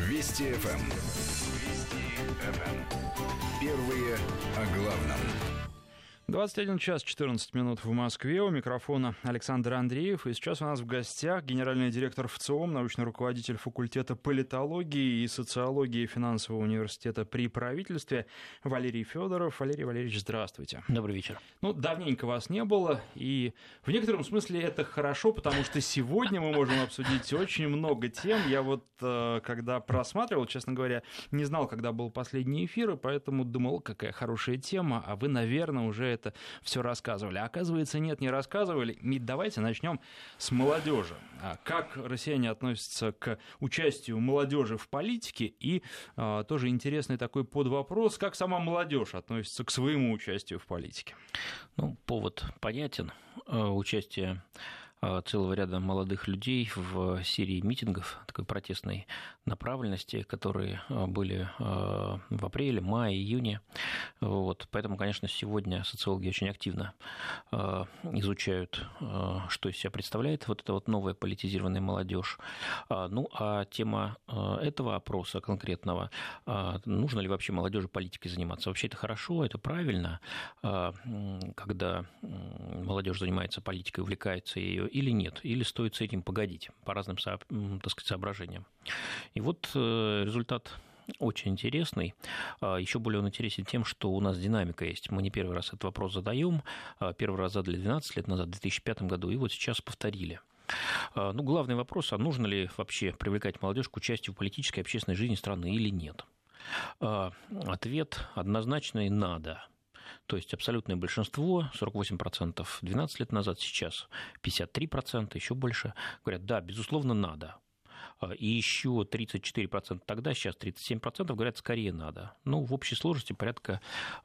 Вести ФМ. Первые о главном. 21 час 14 минут в Москве. У микрофона Александр Андреев. И сейчас у нас в гостях генеральный директор ВЦИОМ, научный руководитель факультета политологии и социологии финансового университета при правительстве Валерий Федоров. Валерий Валерьевич, здравствуйте. Добрый вечер. Давненько вас не было, и в некотором смысле это хорошо, потому что сегодня мы можем обсудить очень много тем. Я когда просматривал, честно говоря, не знал, когда был последний эфир, и поэтому думал, какая хорошая тема, а вы, наверное, уже это все рассказывали. А оказывается, нет, не рассказывали. И давайте начнем с молодежи. Как россияне относятся к участию молодежи в политике? И тоже интересный такой подвопрос, как сама молодежь относится к своему участию в политике? Повод понятен. Участие целого ряда молодых людей в серии митингов такой протестной направленности, которые были в апреле, мае, июне. Поэтому, конечно, сегодня социологи очень активно изучают, что из себя представляет эта новая политизированная молодежь. А тема этого опроса конкретного, нужно ли вообще молодежи политикой заниматься? Вообще это хорошо, это правильно, когда молодежь занимается политикой, увлекается ею, или нет, или стоит с этим погодить по разным, соображениям. И результат очень интересный. Еще более он интересен тем, что у нас динамика есть. Мы не первый раз этот вопрос задаем. Первый раз задали 12 лет назад, в 2005 году, и сейчас повторили. Главный вопрос, а нужно ли вообще привлекать молодежь к участию в политической и общественной жизни страны или нет? Ответ однозначный – надо. То есть абсолютное большинство, 48% 12 лет назад, сейчас 53%, еще больше, говорят, да, безусловно, надо. И еще 34% тогда, сейчас 37% говорят, скорее надо. В общей сложности порядка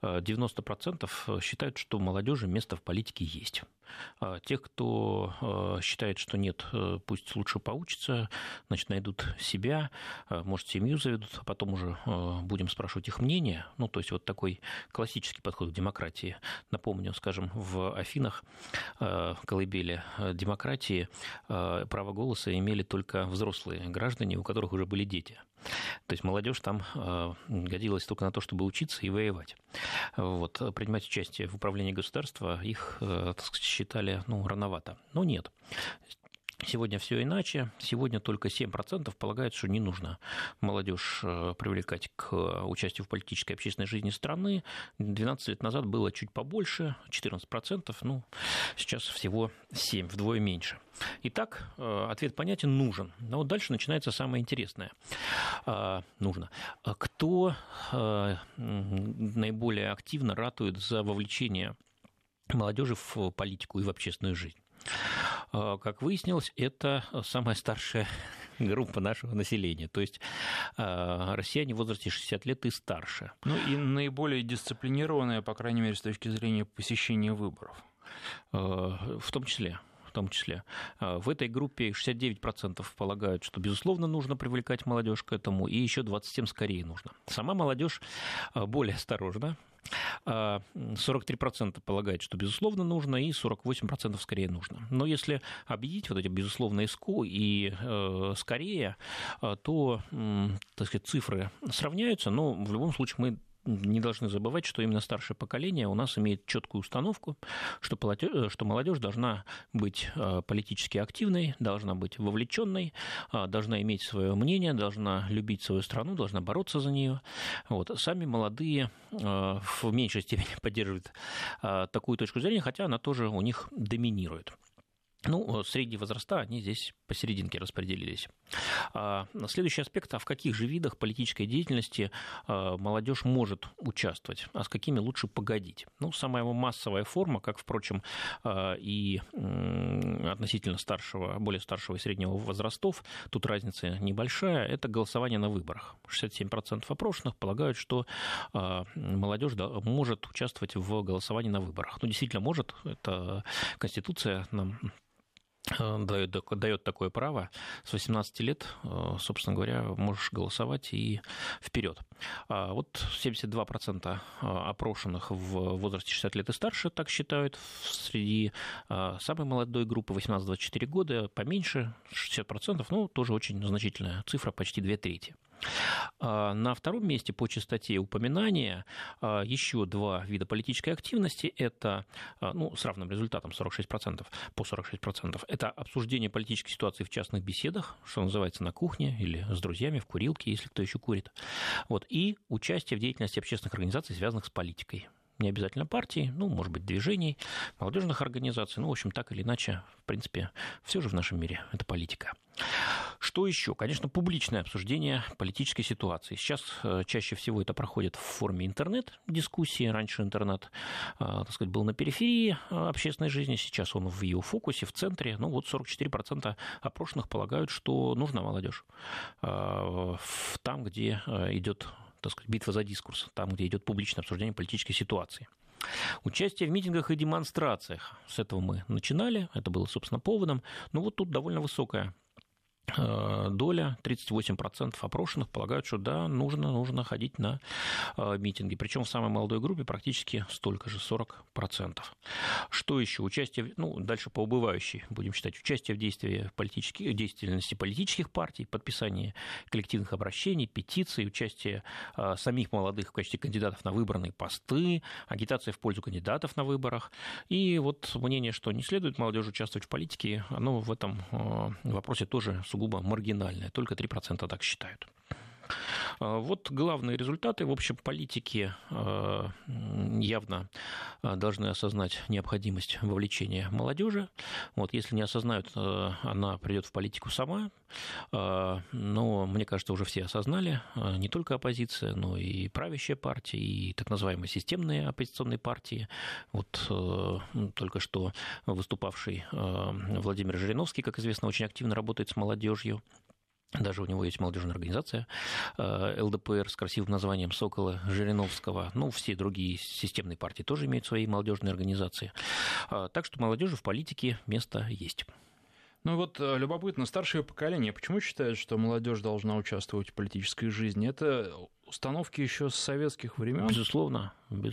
90% считают, что у молодежи место в политике есть. Тех, кто считает, что нет, пусть лучше поучатся, найдут себя, может, семью заведут, а потом уже будем спрашивать их мнение. То есть такой классический подход к демократии. Напомню, скажем, в Афинах, колыбели демократии, право голоса имели только взрослые граждане, у которых уже были дети. То есть молодежь там годилась только на то, чтобы учиться и воевать. Принимать участие в управлении государства их, считали рановато. Но нет. Сегодня все иначе. Сегодня только 7% полагают, что не нужно молодежь привлекать к участию в политической и общественной жизни страны. 12 лет назад было чуть побольше, 14%. Сейчас всего 7%, вдвое меньше. Итак, ответ понятен, нужен. Но дальше начинается самое интересное. Нужно. Кто наиболее активно ратует за вовлечение молодежи в политику и в общественную жизнь? Как выяснилось, это самая старшая группа нашего населения, то есть россияне в возрасте 60 лет и старше. И наиболее дисциплинированные, по крайней мере, с точки зрения посещения выборов. В том числе. В этой группе 69% полагают, что, безусловно, нужно привлекать молодежь к этому, и еще 27% скорее нужно. Сама молодежь более осторожна. 43% полагают, что, безусловно, нужно, и 48% скорее нужно. Но если объединить эти безусловные и скорее, то, цифры сравняются, но в любом случае мы не должны забывать, что именно старшее поколение у нас имеет четкую установку, что молодежь должна быть политически активной, должна быть вовлеченной, должна иметь свое мнение, должна любить свою страну, должна бороться за нее. Сами молодые в меньшей степени поддерживают такую точку зрения, хотя она тоже у них доминирует. Средние возраста, они здесь посерединке распределились. Следующий аспект, в каких же видах политической деятельности молодежь может участвовать, а с какими лучше погодить? Самая массовая форма, как, впрочем, и относительно более старшего и среднего возрастов, тут разница небольшая, это голосование на выборах. 67% опрошенных полагают, что молодежь может участвовать в голосовании на выборах. Действительно может, это Конституция нам дает такое право. С 18 лет, собственно говоря, можешь голосовать и вперед. 72% опрошенных в возрасте 60 лет и старше так считают. Среди самой молодой группы 18-24 года поменьше, 60%, тоже очень значительная цифра, почти 2/3. На втором месте по частоте упоминания еще два вида политической активности. Это, с равным результатом 46%, по 46%. Это обсуждение политической ситуации в частных беседах, что называется, на кухне или с друзьями в курилке, если кто еще курит. И участие в деятельности общественных организаций, связанных с политикой. Не обязательно партий, может быть, движений, молодежных организаций. В общем, так или иначе, в принципе, все же в нашем мире это политика. Что еще? Конечно, публичное обсуждение политической ситуации. Сейчас чаще всего это проходит в форме интернет-дискуссии. Раньше интернет, был на периферии общественной жизни, сейчас он в ее фокусе, в центре. 44% опрошенных полагают, что нужна молодежь там, где идет битва за дискурс, там, где идет публичное обсуждение политической ситуации. Участие в митингах и демонстрациях. С этого мы начинали, это было, собственно, поводом. Тут довольно высокая доля, 38% опрошенных полагают, что да, нужно ходить на митинги. Причем в самой молодой группе практически столько же, 40%. Что еще? Участие, дальше по убывающей, будем считать, участие в деятельности политических партий, подписание коллективных обращений, петиций, участие самих молодых в качестве кандидатов на выборные посты, агитация в пользу кандидатов на выборах. И мнение, что не следует молодежи участвовать в политике, оно в этом вопросе тоже сугубо маргинальное, только 3% так считают. Главные результаты. В общем, политики явно должны осознать необходимость вовлечения молодежи. Если не осознают, она придет в политику сама. Но, мне кажется, уже все осознали, не только оппозиция, но и правящая партия, и так называемые системные оппозиционные партии. Только что выступавший Владимир Жириновский, как известно, очень активно работает с молодежью. Даже у него есть молодежная организация ЛДПР с красивым названием «Соколы Жириновского». Все другие системные партии тоже имеют свои молодежные организации. Так что молодежи в политике место есть. Любопытно, старшее поколение почему считает, что молодежь должна участвовать в политической жизни? Это установки еще с советских времен? Безусловно.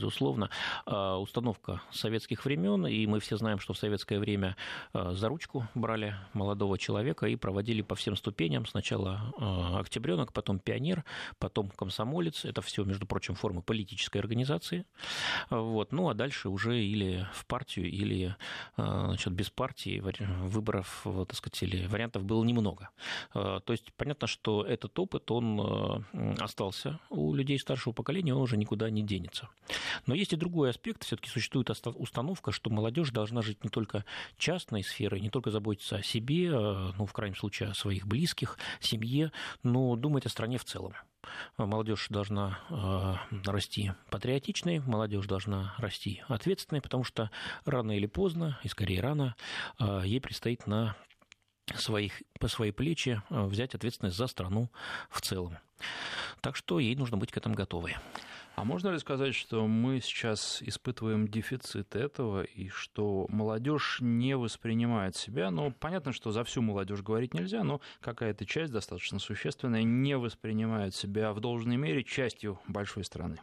Установка советских времен, и мы все знаем, что в советское время за ручку брали молодого человека и проводили по всем ступеням. Сначала октябренок, потом пионер, потом комсомолец. Это все, между прочим, формы политической организации. А дальше уже или в партию, или без партии выборов, или вариантов было немного. То есть понятно, что этот опыт, он остался у людей старшего поколения, он уже никуда не денется. Но есть и другой аспект. Все-таки существует установка, что молодежь должна жить не только частной сферой, не только заботиться о себе, в крайнем случае о своих близких, семье, но думать о стране в целом. Молодежь должна расти патриотичной, молодежь должна расти ответственной, потому что рано или поздно, и скорее рано, ей предстоит по свои плечи взять ответственность за страну в целом. Так что ей нужно быть к этому готовой. А можно ли сказать, что мы сейчас испытываем дефицит этого, и что молодежь не воспринимает себя, понятно, что за всю молодежь говорить нельзя, но какая-то часть достаточно существенная не воспринимает себя в должной мере частью большой страны?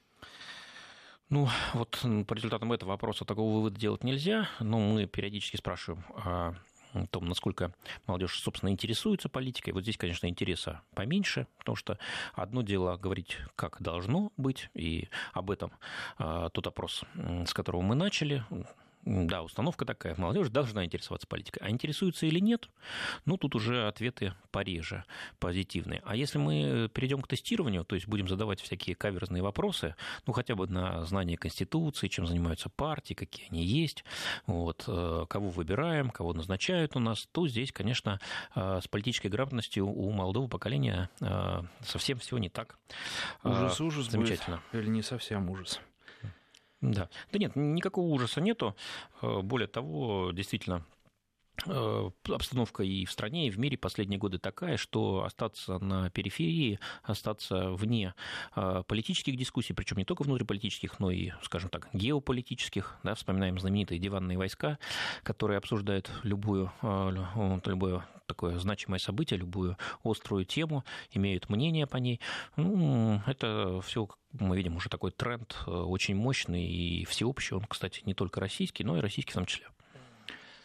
По результатам этого вопроса такого вывода делать нельзя, но мы периодически спрашиваем о том, насколько молодежь, собственно, интересуется политикой. Здесь, конечно, интереса поменьше, потому что одно дело говорить, как должно быть, и об этом тот опрос, с которого мы начали. Да, установка такая, молодежь должна интересоваться политикой. А интересуется или нет, тут уже ответы пореже, позитивные. А если мы перейдем к тестированию, то есть будем задавать всякие каверзные вопросы, хотя бы на знание Конституции, чем занимаются партии, какие они есть, кого выбираем, кого назначают у нас, то здесь, конечно, с политической грамотностью у молодого поколения совсем все не так. Ужас замечательно. Будет, или не совсем ужас? Да. Нет, никакого ужаса нету. Более того, действительно, обстановка и в стране, и в мире последние годы такая, что остаться на периферии, остаться вне политических дискуссий, причем не только внутриполитических, но и, скажем так, геополитических. Да, вспоминаем знаменитые диванные войска, которые обсуждают любое такое значимое событие, любую острую тему, имеют мнение по ней. Это все, мы видим, уже такой тренд очень мощный и всеобщий. Он, кстати, не только российский, но и российский в том числе.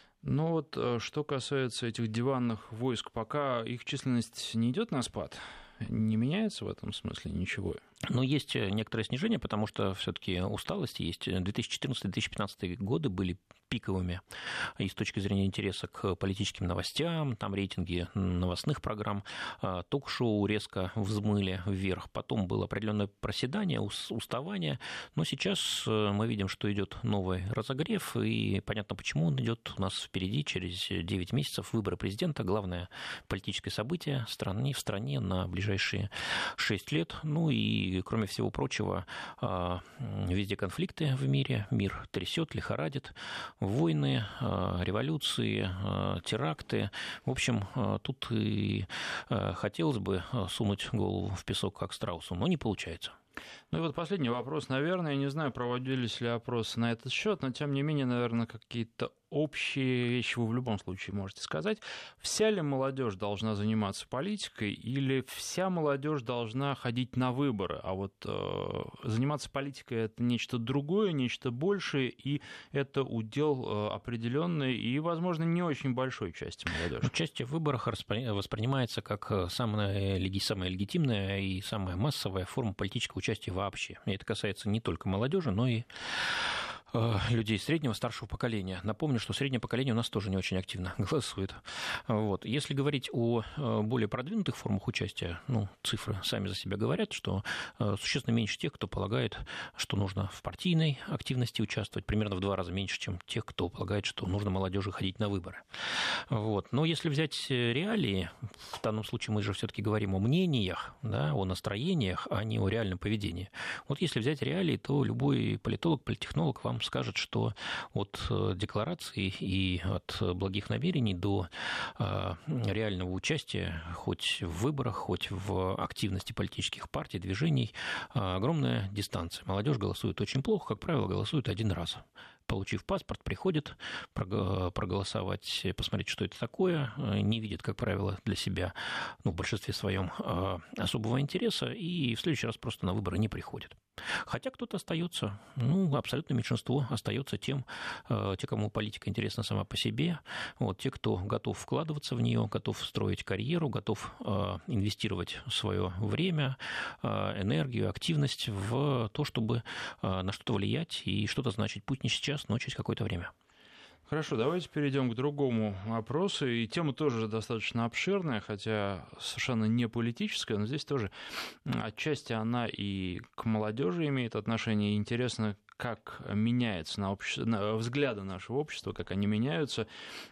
Что касается этих диванных войск, пока их численность не идет на спад, не меняется в этом смысле ничего? Но есть некоторое снижение, потому что все-таки усталость есть. 2014-2015 годы были пиковыми и с точки зрения интереса к политическим новостям, там рейтинги новостных программ, ток-шоу резко взмыли вверх. Потом было определенное проседание, уставание. Но сейчас мы видим, что идет новый разогрев, и понятно, почему он идет. У нас впереди через 9 месяцев выборы президента, главное политическое событие в стране на ближайшие 6 лет. Ну и кроме всего прочего, везде конфликты в мире, мир трясет, лихорадит, войны, революции, теракты. В общем, тут и хотелось бы сунуть голову в песок, как страусу, но не получается. Ну и вот последний вопрос, наверное, я не знаю, проводились ли опросы на этот счет, но тем не менее, наверное, какие-то общие вещи вы в любом случае можете сказать. Вся ли молодежь должна заниматься политикой или вся молодежь должна ходить на выборы? А вот заниматься политикой – это нечто другое, нечто большее, и это удел определенной и, возможно, не очень большой части молодежи. Участие в выборах воспринимается как самая легитимная и самая массовая форма политического участия вообще. И это касается не только молодежи, но и людей среднего, старшего поколения. Напомню, что среднее поколение у нас тоже не очень активно голосует. Вот. Если говорить о более продвинутых формах участия, цифры сами за себя говорят, что существенно меньше тех, кто полагает, что нужно в партийной активности участвовать, примерно в 2 раза меньше, чем тех, кто полагает, что нужно молодежи ходить на выборы. Вот. Но если взять реалии, в данном случае мы же все-таки говорим о мнениях, да, о настроениях, а не о реальном поведении. Вот если взять реалии, то любой политолог, политтехнолог вам скажет, что от деклараций и от благих намерений до реального участия хоть в выборах, хоть в активности политических партий, движений огромная дистанция. Молодежь голосует очень плохо, как правило, голосует 1 раз. Получив паспорт, приходит проголосовать, посмотреть, что это такое, не видит, как правило, для себя, в большинстве своем, особого интереса, и в следующий раз просто на выборы не приходит. Хотя кто-то остается, абсолютное меньшинство остается те, кому политика интересна сама по себе, те, кто готов вкладываться в нее, готов строить карьеру, готов инвестировать свое время, энергию, активность в то, чтобы на что-то влиять и что-то значить. Путь не сейчас, но через какое-то время. Хорошо, давайте перейдем к другому вопросу. И тема тоже достаточно обширная, хотя совершенно не политическая, но здесь тоже отчасти она и к молодежи имеет отношение. И интересно, как меняются взгляды нашего общества, как они меняются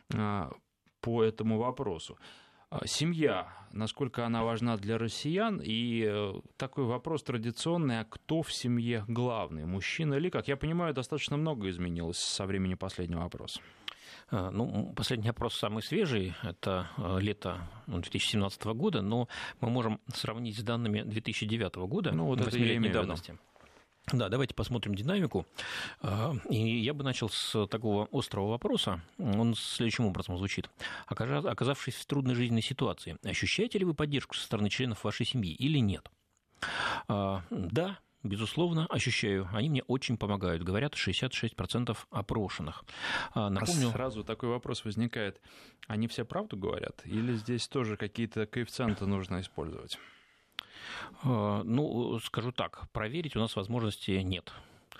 по этому вопросу. Семья, насколько она важна для россиян, и такой вопрос традиционный, а кто в семье главный, мужчина или как? Я понимаю, достаточно много изменилось со времени последнего опроса. Последний опрос самый свежий, это лето 2017 года, но мы можем сравнить с данными 2009 года, 8-летней давности. Да, давайте посмотрим динамику. И я бы начал с такого острого вопроса. Он следующим образом звучит. Оказавшись в трудной жизненной ситуации, ощущаете ли вы поддержку со стороны членов вашей семьи или нет? Да, безусловно, ощущаю. Они мне очень помогают, говорят 66% опрошенных. Напомню... Сразу такой вопрос возникает. Они все правду говорят? Или здесь тоже какие-то коэффициенты нужно использовать? Скажу так, проверить у нас возможности нет.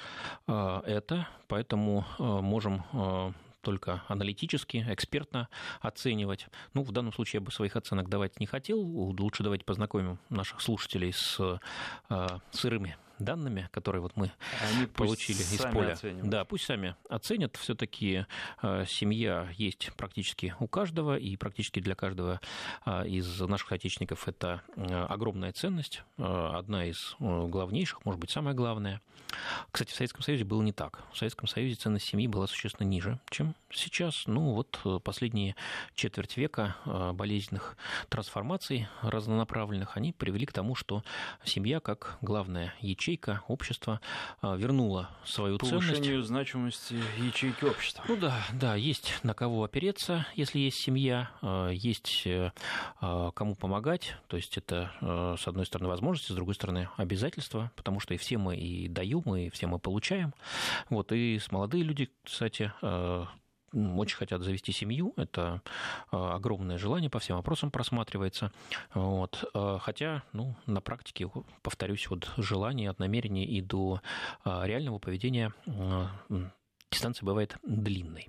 Поэтому можем только аналитически, экспертно оценивать. В данном случае я бы своих оценок давать не хотел. Лучше давайте познакомим наших слушателей с сырыми данными, которые мы получили из поля. Да, пусть сами оценят. Все-таки семья есть практически у каждого, и практически для каждого из наших соотечественников это огромная ценность, одна из главнейших, может быть, самая главная. Кстати, в Советском Союзе было не так. В Советском Союзе ценность семьи была существенно ниже, чем сейчас. Последние четверть века болезненных трансформаций разнонаправленных, они привели к тому, что семья, как главная ячейка общества, вернула свою ценность. Повышению значимости ячейки общества. Да, есть на кого опереться, если есть семья, есть кому помогать. То есть это, с одной стороны, возможности, с другой стороны, обязательства, потому что и все мы и даем, и все мы получаем. И молодые люди, кстати, очень хотят завести семью, это огромное желание, по всем опросам просматривается. Вот. Хотя, на практике, повторюсь, от желания, от намерения и до реального поведения дистанция бывает длинной.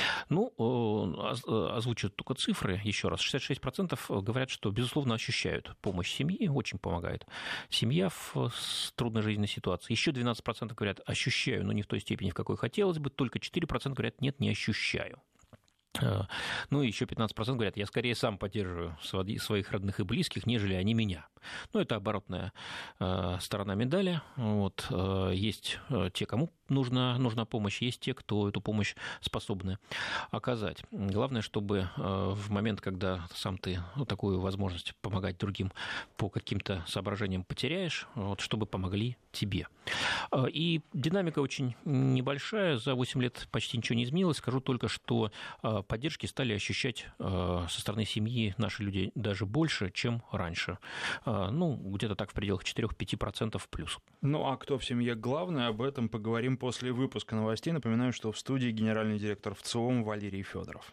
Озвучу только цифры еще раз. 66% говорят, что, безусловно, ощущают помощь семьи, очень помогает семья в трудной жизненной ситуации. Еще 12% говорят, ощущаю, но не в той степени, в какой хотелось бы. Только 4% говорят, нет, не ощущаю. И еще 15% говорят, я скорее сам поддерживаю своих родных и близких, нежели они меня. Это оборотная сторона медали. Вот. Есть те, кому нужна помощь, есть те, кто эту помощь способны оказать. Главное, чтобы в момент, когда сам ты такую возможность помогать другим по каким-то соображениям потеряешь, чтобы помогли тебе. И динамика очень небольшая, за 8 лет почти ничего не изменилось. Скажу только, что поддержки стали ощущать со стороны семьи наши люди даже больше, чем раньше. Где-то так в пределах 4-5% плюс. А кто в семье главный, об этом поговорим после выпуска новостей. Напоминаю, что в студии генеральный директор ВЦИОМ Валерий Федоров.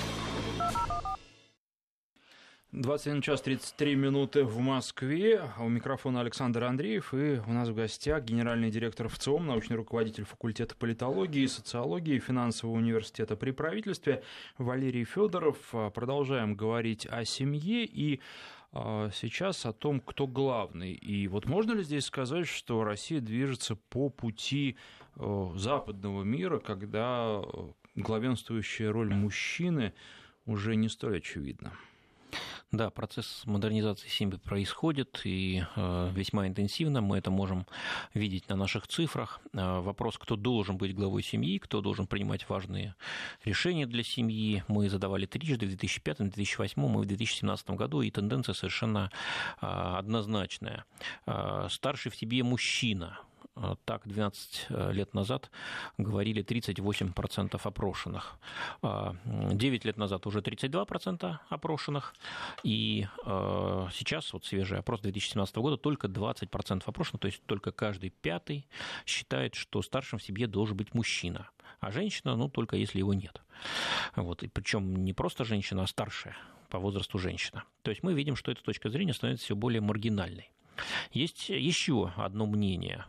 21 час 33 минуты в Москве. У микрофона Александр Андреев. И у нас в гостях генеральный директор ВЦИОМ, научный руководитель факультета политологии, социологии и финансового университета при правительстве Валерий Федоров. Продолжаем говорить о семье и сейчас о том, кто главный. И можно ли здесь сказать, что Россия движется по пути западного мира, когда главенствующая роль мужчины уже не столь очевидна? Да, процесс модернизации семьи происходит, и весьма интенсивно. Мы это можем видеть на наших цифрах. Вопрос, кто должен быть главой семьи, кто должен принимать важные решения для семьи, мы задавали трижды, в 2005, 2008 и в 2017 году, и тенденция совершенно однозначная. Старший в семье мужчина. Так 12 лет назад говорили 38% опрошенных. 9 лет назад уже 32% опрошенных. И сейчас, свежий опрос 2017 года, только 20% опрошенных, то есть только каждый пятый считает, что старшим в семье должен быть мужчина. А женщина, только если его нет. И причем не просто женщина, а старшая по возрасту женщина. То есть мы видим, что эта точка зрения становится все более маргинальной. Есть еще одно мнение.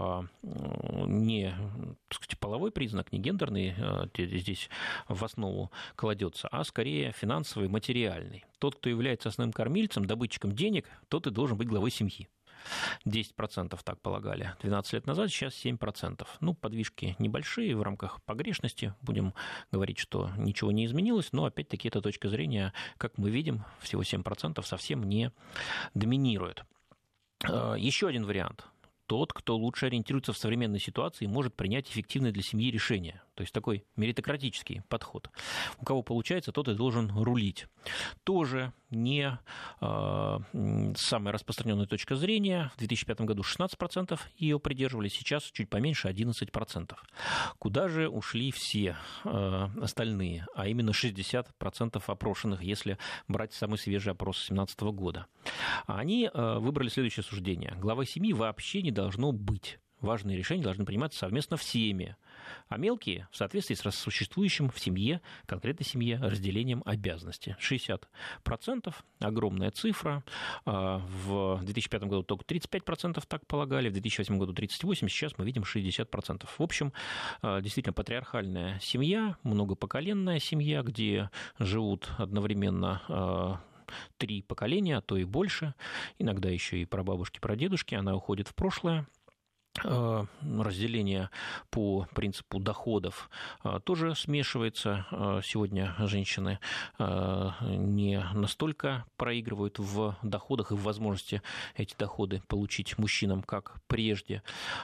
Не, половой признак, не гендерный здесь в основу кладется, а скорее финансовый, материальный. Тот, кто является основным кормильцем, добытчиком денег, тот и должен быть главой семьи. 10% так полагали 12 лет назад, сейчас 7%. Подвижки небольшие в рамках погрешности. Будем говорить, что ничего не изменилось, но опять-таки эта точка зрения, как мы видим, всего 7% совсем не доминирует. Еще один вариант. Тот, кто лучше ориентируется в современной ситуации и может принять эффективное для семьи решение. То есть такой меритократический подход. У кого получается, тот и должен рулить. Тоже не самая распространенная точка зрения. В 2005 году 16% ее придерживались, сейчас чуть поменьше 11%. Куда же ушли все остальные? А именно 60% опрошенных, если брать самый свежий опрос 2017 года. Они выбрали следующее суждение. Главой семьи вообще не должно быть. Важные решения должны приниматься совместно всеми, а мелкие в соответствии с существующим в семье, конкретной семье, разделением обязанностей. 60%, огромная цифра. В 2005 году только 35% так полагали, в 2008 году 38%, сейчас мы видим 60%. В общем, действительно патриархальная семья, многопоколенная семья, где живут одновременно 3 поколения, а то и больше, иногда еще и прабабушки, прадедушки, она уходит в прошлое. Разделение по принципу доходов тоже смешивается. Сегодня женщины не настолько проигрывают в доходах и в возможности эти доходы получить мужчинам, как прежде.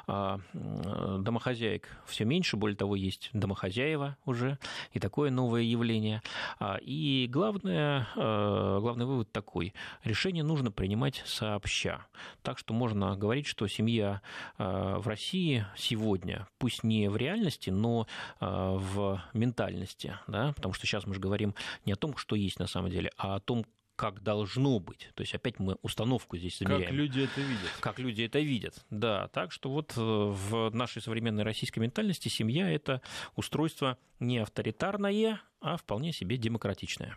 Домохозяек все меньше, более того, есть домохозяева уже, и такое новое явление. И главный вывод такой. Решение нужно принимать сообща. Так что можно говорить, что семья в России сегодня, пусть не в реальности, но в ментальности, да, потому что сейчас мы же говорим не о том, что есть на самом деле, а о том, как должно быть. То есть опять мы установку здесь замеряем. Как люди это видят. Как люди это видят, да. Так что вот в нашей современной российской ментальности семья – это устройство не авторитарное, а вполне себе демократичное.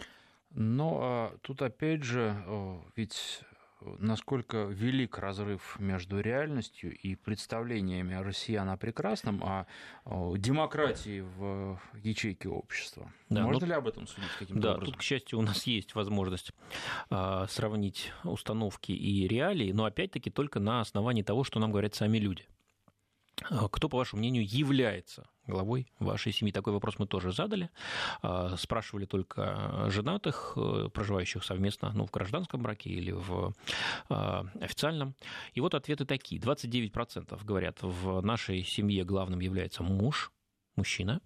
Но тут опять же, ведь насколько велик разрыв между реальностью и представлениями россиян о прекрасном, о демократии в ячейке общества. Да, можно ли об этом судить каким-то образом? Да, тут, к счастью, у нас есть возможность сравнить установки и реалии, но опять-таки только на основании того, что нам говорят сами люди. Кто, по вашему мнению, является главой вашей семьи? Такой вопрос мы тоже задали. Спрашивали только женатых, проживающих совместно, в гражданском браке или в официальном. И вот ответы такие. 29% говорят, в нашей семье главным является мужчина.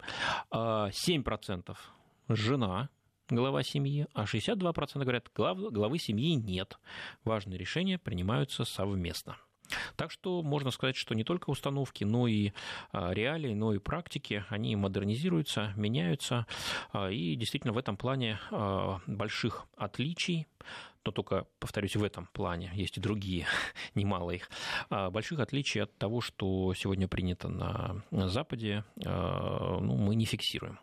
7% жена, глава семьи, а 62% говорят, главы семьи нет. Важные решения принимаются совместно. Так что можно сказать, что не только установки, но и реалии, но и практики, они модернизируются, меняются, и действительно в этом плане больших отличий, но только, повторюсь, в этом плане, есть и другие, немало их, больших отличий от того, что сегодня принято на Западе, мы не фиксируем.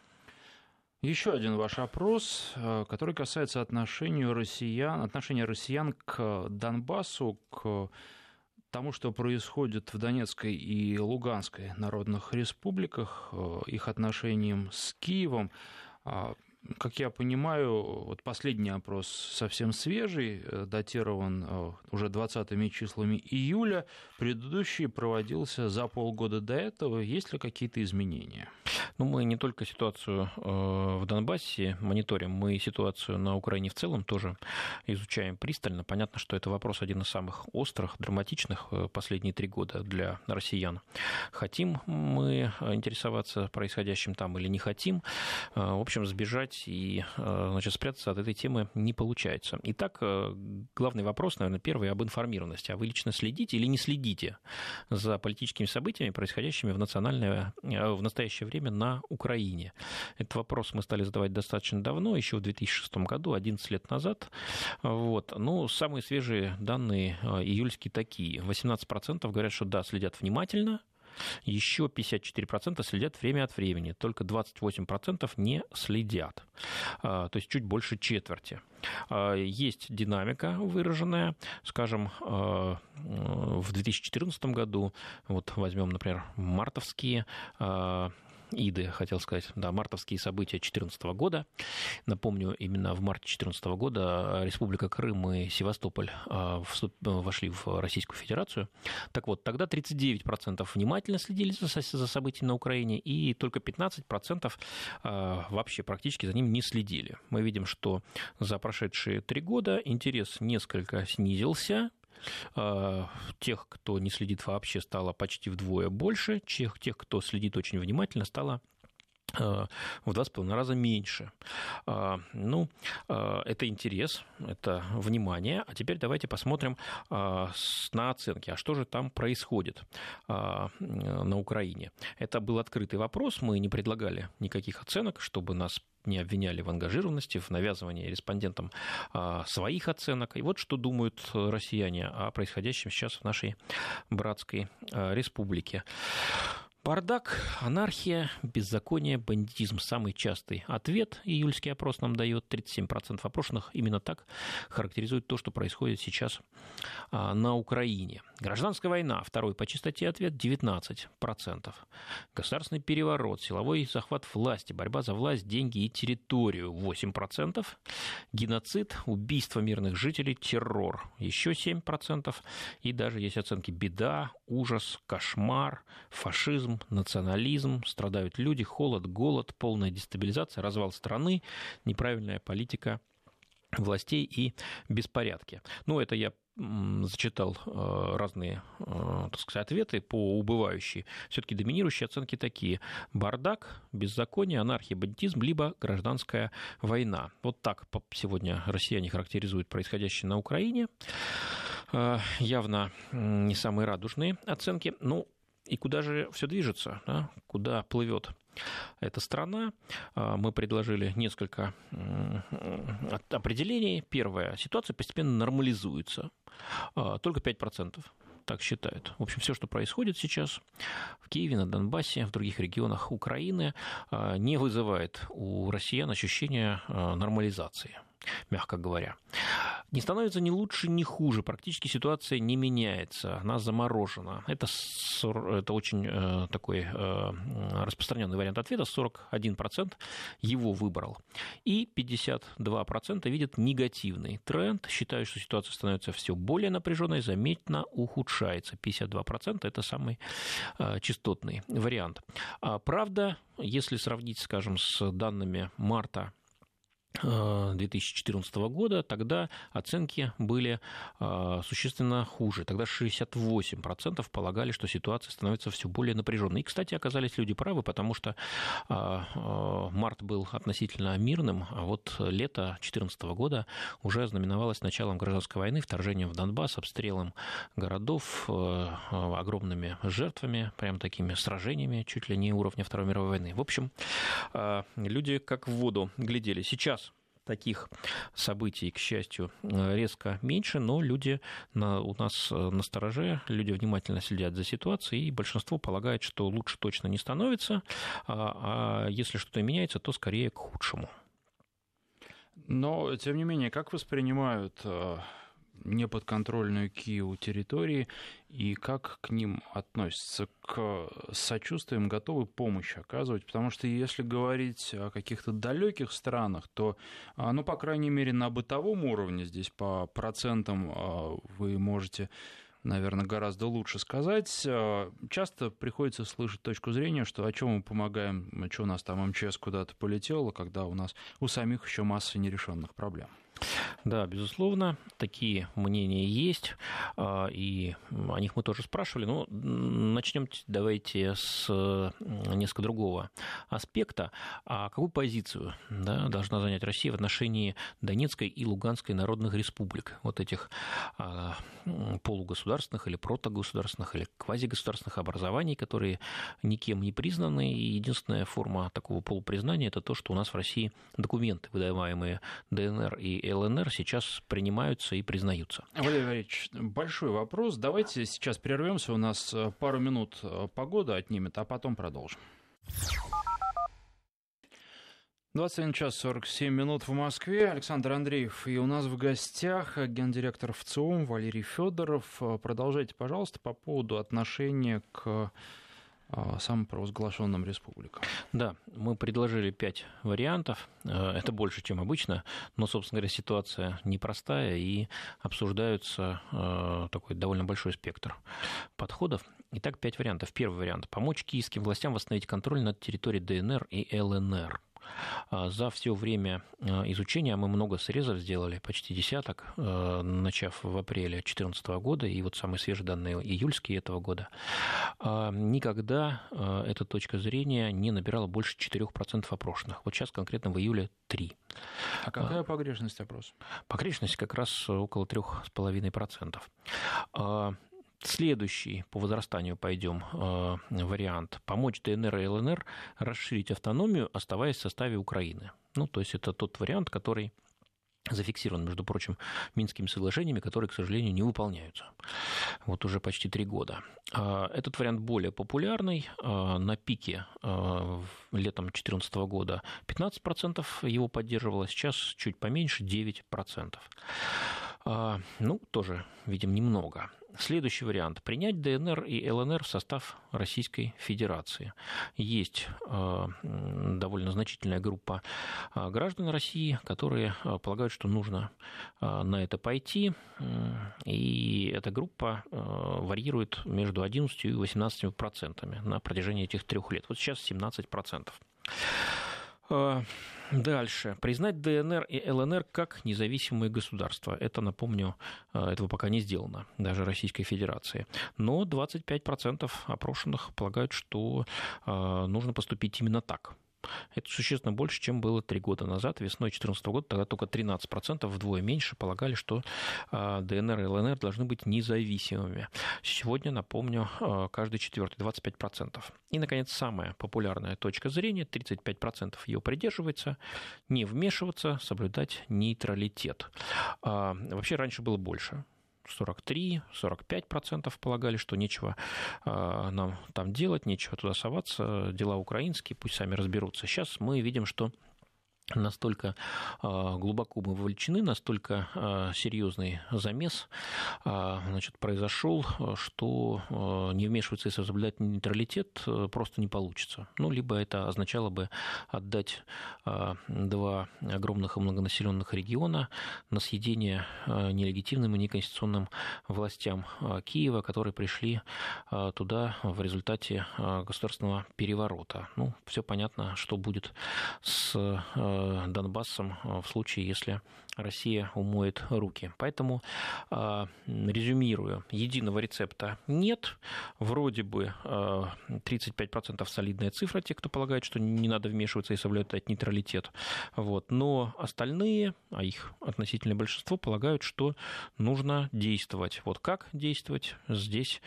Еще один ваш опрос, который касается отношения россиян к Донбассу, к тому, что происходит в Донецкой и Луганской народных республиках, их отношениям с Киевом. Как я понимаю, вот последний опрос совсем свежий, датирован уже 20 числами июля, предыдущий проводился за полгода до этого. Есть ли какие-то изменения? Мы не только ситуацию в Донбассе мониторим, мы и ситуацию на Украине в целом тоже изучаем пристально. Понятно, что это вопрос один из самых острых, драматичных последние 3 года для россиян. Хотим мы интересоваться происходящим там или не хотим. В общем, сбежать и спрятаться от этой темы не получается. Итак, главный вопрос, наверное, первый об информированности. А вы лично следите или не следите за политическими событиями, происходящими в настоящее время на Украине? Этот вопрос мы стали задавать достаточно давно, еще в 2006 году, 11 лет назад. Самые свежие данные июльские такие. 18% говорят, что да, следят внимательно. Еще 54% следят время от времени, только 28% не следят, то есть чуть больше четверти. Есть динамика выраженная, скажем, в 2014 году, возьмем, например, мартовские мартовские события 2014 года. Напомню, именно в марте 2014 года Республика Крым и Севастополь вошли в Российскую Федерацию. Так вот, тогда 39% внимательно следили за событиями на Украине, и только 15% вообще практически за ним не следили. Мы видим, что за прошедшие 3 года интерес несколько снизился. Тех, кто не следит вообще, стало почти вдвое больше. Тех, кто следит очень внимательно, стало в 2,5 раза меньше. Это интерес, это внимание. А теперь давайте посмотрим на оценки. А что же там происходит на Украине? Это был открытый вопрос. Мы не предлагали никаких оценок, чтобы нас не обвиняли в ангажированности, в навязывании респондентам своих оценок. И вот что думают россияне о происходящем сейчас в нашей братской республике. Бардак, анархия, беззаконие, бандитизм. Самый частый ответ июльский опрос нам дает. 37% опрошенных именно так характеризуют то, что происходит сейчас на Украине. Гражданская война, второй по частоте ответ, 19%. Государственный переворот, силовой захват власти, борьба за власть, деньги и территорию, 8%. Геноцид, убийство мирных жителей, террор, еще 7%. И даже есть оценки беда, ужас, кошмар, фашизм, национализм, страдают люди, холод, голод, полная дестабилизация, развал страны, неправильная политика властей и беспорядки. Это я зачитал разные, ответы по убывающей. Все-таки доминирующие оценки такие: бардак, беззаконие, анархия, бандитизм, либо гражданская война. Вот так сегодня россияне характеризуют происходящее на Украине. Явно не самые радужные оценки. И куда же все движется, да? Куда плывет эта страна. Мы предложили несколько определений. Первое. Ситуация постепенно нормализуется. Только 5% так считают. В общем, все, что происходит сейчас в Киеве, на Донбассе, в других регионах Украины, не вызывает у россиян ощущения нормализации, мягко говоря. Не становится ни лучше, ни хуже. Практически ситуация не меняется. Она заморожена. Это очень такой распространенный вариант ответа. 41% его выбрал. И 52% видят негативный тренд. Считают, что ситуация становится все более напряженной, заметно ухудшается. 52% – это самый частотный вариант. Правда, если сравнить, скажем, с данными марта 2014 года, тогда оценки были существенно хуже. Тогда 68% полагали, что ситуация становится все более напряженной. И, кстати, оказались люди правы, потому что март был относительно мирным, а вот лето 2014 года уже ознаменовалось началом гражданской войны, вторжением в Донбасс, обстрелом городов, огромными жертвами, прям такими сражениями, чуть ли не уровня Второй мировой войны. В общем, люди как в воду глядели. Сейчас таких событий, к счастью, резко меньше, но люди у нас настороже, люди внимательно следят за ситуацией, и большинство полагает, что лучше точно не становится, а если что-то меняется, то скорее к худшему. Но, тем не менее, как воспринимают неподконтрольную Киеву территории и как к ним относятся? К сочувствием готовы помощь оказывать? Потому что если говорить о каких-то далеких странах, то, ну, по крайней мере, на бытовом уровне, здесь по процентам вы можете, наверное, гораздо лучше сказать. Часто приходится слышать точку зрения, что о чем мы помогаем, что у нас там МЧС куда-то полетело, когда у нас у самих еще масса нерешенных проблем. Да, безусловно, такие мнения есть, и о них мы тоже спрашивали. Но начнем давайте с несколько другого аспекта. А какую позицию, да, должна занять Россия в отношении Донецкой и Луганской народных республик, вот этих полугосударственных или протогосударственных или квазигосударственных образований, которые никем не признаны, и единственная форма такого полупризнания – это то, что у нас в России документы, выдаваемые ДНР и ЛНР, сейчас принимаются и признаются. Валерий Валерьевич, большой вопрос. Давайте сейчас прервемся, у нас пару минут погода отнимет, а потом продолжим. 21 час 47 минут в Москве. Александр Андреев. И у нас в гостях гендиректор ВЦИОМ Валерий Федоров. Продолжайте, пожалуйста, по поводу отношения к самопровозглашенным республикам. Да, мы предложили 5 вариантов. Это больше, чем обычно, но, собственно говоря, ситуация непростая, и обсуждаются такой довольно большой спектр подходов. Итак, 5 вариантов. Первый вариант – помочь киевским властям восстановить контроль над территорией ДНР и ЛНР. За все время изучения, мы много срезов сделали, почти десяток, начав в апреле 2014 года, и вот самые свежие данные июльские этого года, никогда эта точка зрения не набирала больше 4% опрошенных. Вот сейчас конкретно в июле 3%. А какая погрешность опроса? Погрешность как раз около 3,5%. Следующий по возрастанию пойдем вариант – помочь ДНР и ЛНР расширить автономию, оставаясь в составе Украины. Ну, то есть это тот вариант, который зафиксирован, между прочим, Минскими соглашениями, которые, к сожалению, не выполняются. Вот уже почти 3 года. Этот вариант более популярный. На пике летом 2014 года 15% его поддерживало, сейчас чуть поменьше, 9%. Ну, тоже, видим, немного. Следующий вариант – принять ДНР и ЛНР в состав Российской Федерации. Есть довольно значительная группа граждан России, которые полагают, что нужно на это пойти, и эта группа варьирует между 11 и 18% на протяжении этих 3 лет. Вот сейчас 17%. Дальше. Признать ДНР и ЛНР как независимые государства. Это, напомню, этого пока не сделано, даже Российской Федерации. Но 25% опрошенных полагают, что нужно поступить именно так. Это существенно больше, чем было 3 года назад, весной 2014 года. Тогда только 13%, вдвое меньше, полагали, что ДНР и ЛНР должны быть независимыми. Сегодня, напомню, каждый четвертый, 25%. И, наконец, самая популярная точка зрения, 35% ее придерживается, не вмешиваться, соблюдать нейтралитет. Вообще раньше было больше. 43-45% полагали, что нечего нам там делать, нечего туда соваться, дела украинские, пусть сами разберутся. Сейчас мы видим, что настолько глубоко мы вовлечены, настолько серьезный замес произошел, что не вмешиваться и соблюдать нейтралитет просто не получится. Либо это означало бы отдать 2 огромных и многонаселенных региона на съедение нелегитимным и неконституционным властям Киева, которые пришли туда в результате государственного переворота. Все понятно, что будет с Донбассом в случае, если Россия умоет руки. Поэтому, резюмирую, единого рецепта нет. Вроде бы 35% солидная цифра, те, кто полагает, что не надо вмешиваться и соблюдать нейтралитет. Но остальные, а их относительное большинство, полагают, что нужно действовать. Как действовать? Здесь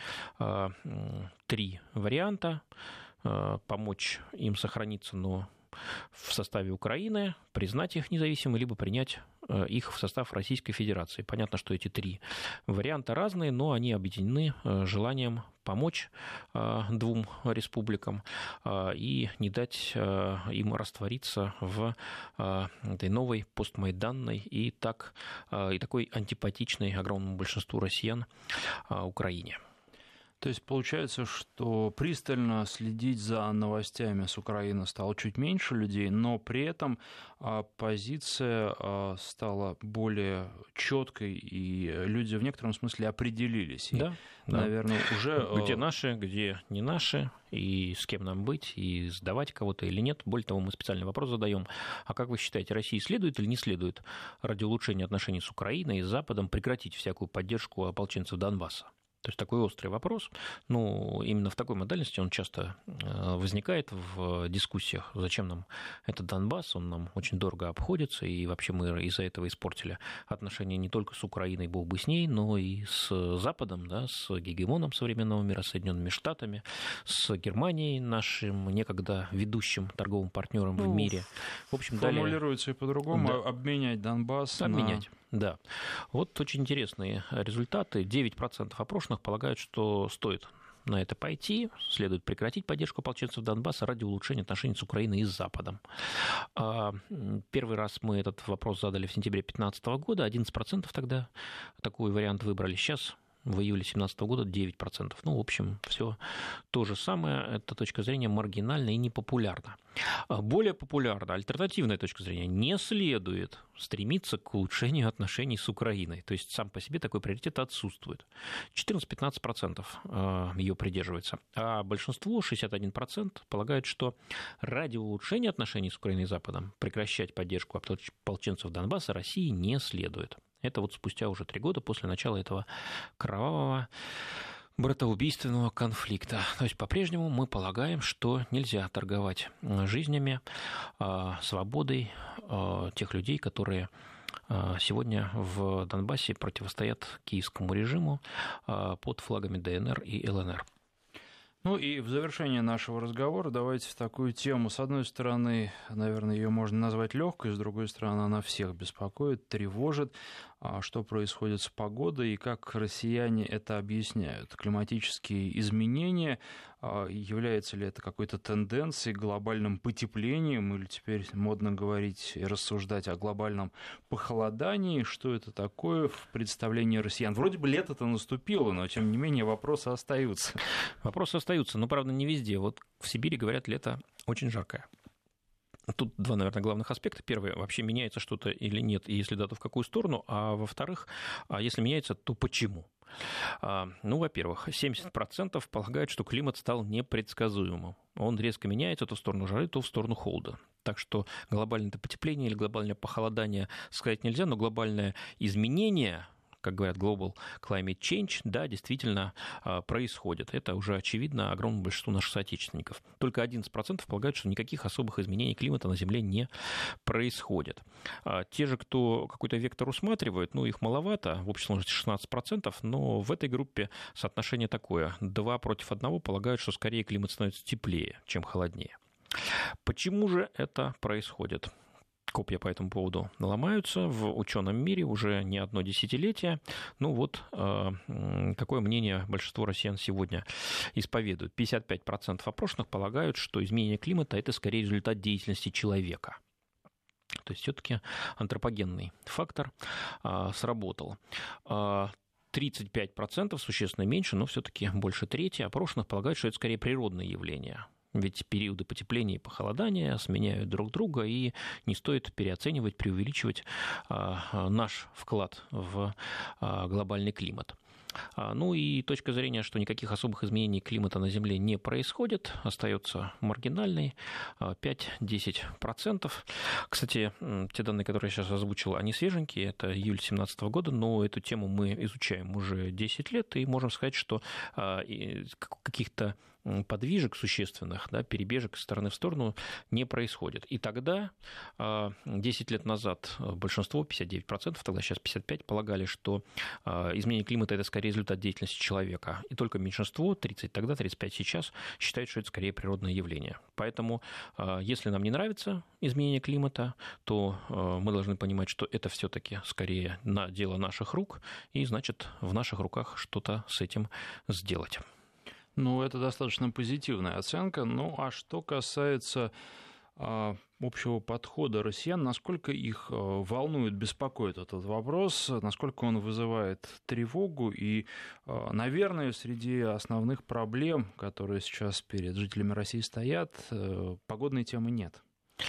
3 варианта. Помочь им сохраниться, но в составе Украины, признать их независимыми, либо принять их в состав Российской Федерации. Понятно, что эти 3 варианта разные, но они объединены желанием помочь 2 республикам и не дать им раствориться в этой новой постмайданной и такой антипатичной огромному большинству россиян Украине. То есть получается, что пристально следить за новостями с Украины стало чуть меньше людей, но при этом позиция стала более четкой, и люди в некотором смысле определились. Да, и, наверное, уже... Где наши, где не наши, и с кем нам быть, и сдавать кого-то или нет. Более того, мы специальный вопрос задаем. А как вы считаете, России следует или не следует ради улучшения отношений с Украиной и с Западом прекратить всякую поддержку ополченцев Донбасса? То есть такой острый вопрос, именно в такой модальности он часто возникает в дискуссиях. Зачем нам этот Донбасс, он нам очень дорого обходится, и вообще мы из-за этого испортили отношения не только с Украиной, бог бы с ней, но и с Западом, с гегемоном современного мира, Соединенными Штатами, с Германией, нашим некогда ведущим торговым партнером в мире. В общем, формулируется и по-другому, обменять Донбасс обменять. Да. Очень интересные результаты. 9% опрошенных полагают, что стоит на это пойти, следует прекратить поддержку ополченцев Донбасса ради улучшения отношений с Украиной и с Западом. Первый раз мы этот вопрос задали в сентябре 2015 года, 11% тогда такой вариант выбрали. Сейчас в июле 2017 года 9%. В общем, все то же самое. Эта точка зрения маргинальна и непопулярна. Более популярна альтернативная точка зрения. Не следует стремиться к улучшению отношений с Украиной. То есть сам по себе такой приоритет отсутствует. 14-15% ее придерживается. А большинство, 61%, полагают, что ради улучшения отношений с Украиной и Западом прекращать поддержку ополченцев Донбасса России не следует. Это спустя уже 3 года после начала этого кровавого братоубийственного конфликта. То есть по-прежнему мы полагаем, что нельзя торговать жизнями, свободой тех людей, которые сегодня в Донбассе противостоят киевскому режиму под флагами ДНР и ЛНР. И в завершение нашего разговора давайте в такую тему. С одной стороны, наверное, ее можно назвать легкой, с другой стороны, она всех беспокоит, тревожит. Что происходит с погодой и как россияне это объясняют? Климатические изменения, является ли это какой-то тенденцией, глобальным потеплением, или теперь модно говорить и рассуждать о глобальном похолодании? Что это такое в представлении россиян? Вроде бы лето-то наступило, но тем не менее вопросы остаются. Вопросы остаются, но, правда, не везде. В Сибири, говорят, лето очень жаркое. Тут 2, наверное, главных аспекта. Первый, вообще меняется что-то или нет, и если да, то в какую сторону, а во-вторых, если меняется, то почему? Во-первых, 70% полагают, что климат стал непредсказуемым. Он резко меняется то в сторону жары, то в сторону холода. Так что глобальное потепление или глобальное похолодание сказать нельзя, но глобальное изменение как говорят, Global Climate Change, да, действительно происходит. Это уже очевидно огромному большинству наших соотечественников. Только 11% полагают, что никаких особых изменений климата на Земле не происходит. Те же, кто какой-то вектор усматривает, ну, их маловато, в общей сложности 16%, но в этой группе соотношение такое. 2 против 1 полагают, что скорее климат становится теплее, чем холоднее. Почему же это происходит? Копья по этому поводу ломаются в ученом мире уже не одно десятилетие. Ну вот, какое мнение большинство россиян сегодня исповедуют. 55% опрошенных полагают, что изменение климата – это скорее результат деятельности человека. То есть все-таки антропогенный фактор сработал. 35%, существенно меньше, но все-таки больше трети опрошенных полагают, что это скорее природное явление. Ведь периоды потепления и похолодания сменяют друг друга, и не стоит переоценивать, преувеличивать наш вклад в глобальный климат. Ну и точка зрения, что никаких особых изменений климата на Земле не происходит, остается маргинальной, 5-10%. Кстати, те данные, которые я сейчас озвучил, они свеженькие, это июль 2017 года, но эту тему мы изучаем уже 10 лет, и можем сказать, что каких-то подвижек существенных, да, перебежек из стороны в сторону не происходит. И тогда, 10 лет назад, большинство, 59%, тогда сейчас 55%, полагали, что изменение климата – это скорее результат деятельности человека. И только меньшинство, 30 тогда, 35 сейчас, считают, что это скорее природное явление. Поэтому, если нам не нравится изменение климата, то мы должны понимать, что это все-таки скорее дело наших рук, и, значит, в наших руках что-то с этим сделать. Ну, это достаточно позитивная оценка. Ну, а что касается общего подхода россиян, насколько их волнует, беспокоит этот вопрос, насколько он вызывает тревогу, и, наверное, среди основных проблем, которые сейчас перед жителями России стоят, погодной темы нет.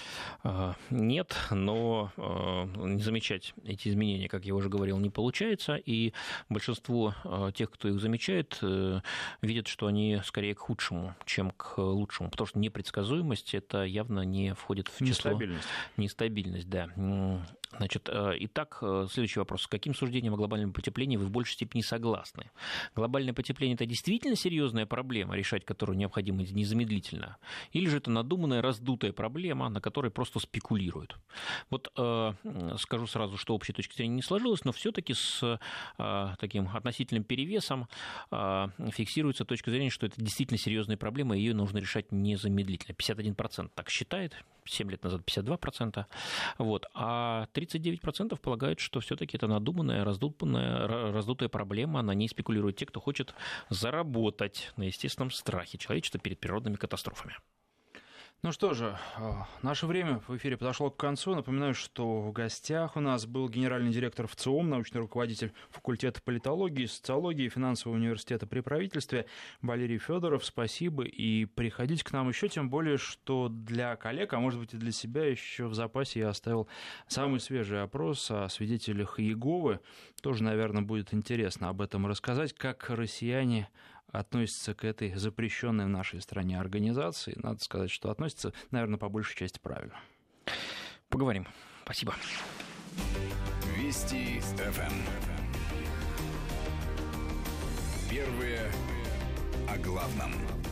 Нет, но не замечать эти изменения, как я уже говорил, не получается, и большинство тех, кто их замечает, видят, что они скорее к худшему, чем к лучшему, потому что непредсказуемость это явно не входит в число... Нестабильность, да. Значит, итак, следующий вопрос. С каким суждением о глобальном потеплении вы в большей степени согласны? Глобальное потепление – это действительно серьезная проблема, решать которую необходимо незамедлительно? Или же это надуманная, раздутая проблема, на которой просто спекулируют? Вот скажу сразу, что общей точки зрения не сложилось, но все-таки с таким относительным перевесом фиксируется точка зрения, что это действительно серьезная проблема, и ее нужно решать незамедлительно. 51% так считает, 7 лет назад 52%. Вот. А 39% полагают, что все-таки это надуманная, раздутая проблема, на ней спекулируют те, кто хочет заработать на естественном страхе человечества перед природными катастрофами. Ну что же, наше время в эфире подошло к концу. Напоминаю, что в гостях у нас был генеральный директор ВЦИОМ, научный руководитель факультета политологии, социологии и финансового университета при правительстве Валерий Федоров. Спасибо, и приходите к нам еще, тем более, что для коллег, а может быть и для себя, еще в запасе я оставил самый свежий опрос о свидетелях Иеговы. Тоже, наверное, будет интересно об этом рассказать, как россияне относятся к этой запрещенной в нашей стране организации. Надо сказать, что относятся, наверное, по большей части правильно. Поговорим. Спасибо. Вести ФМ. Первые о главном.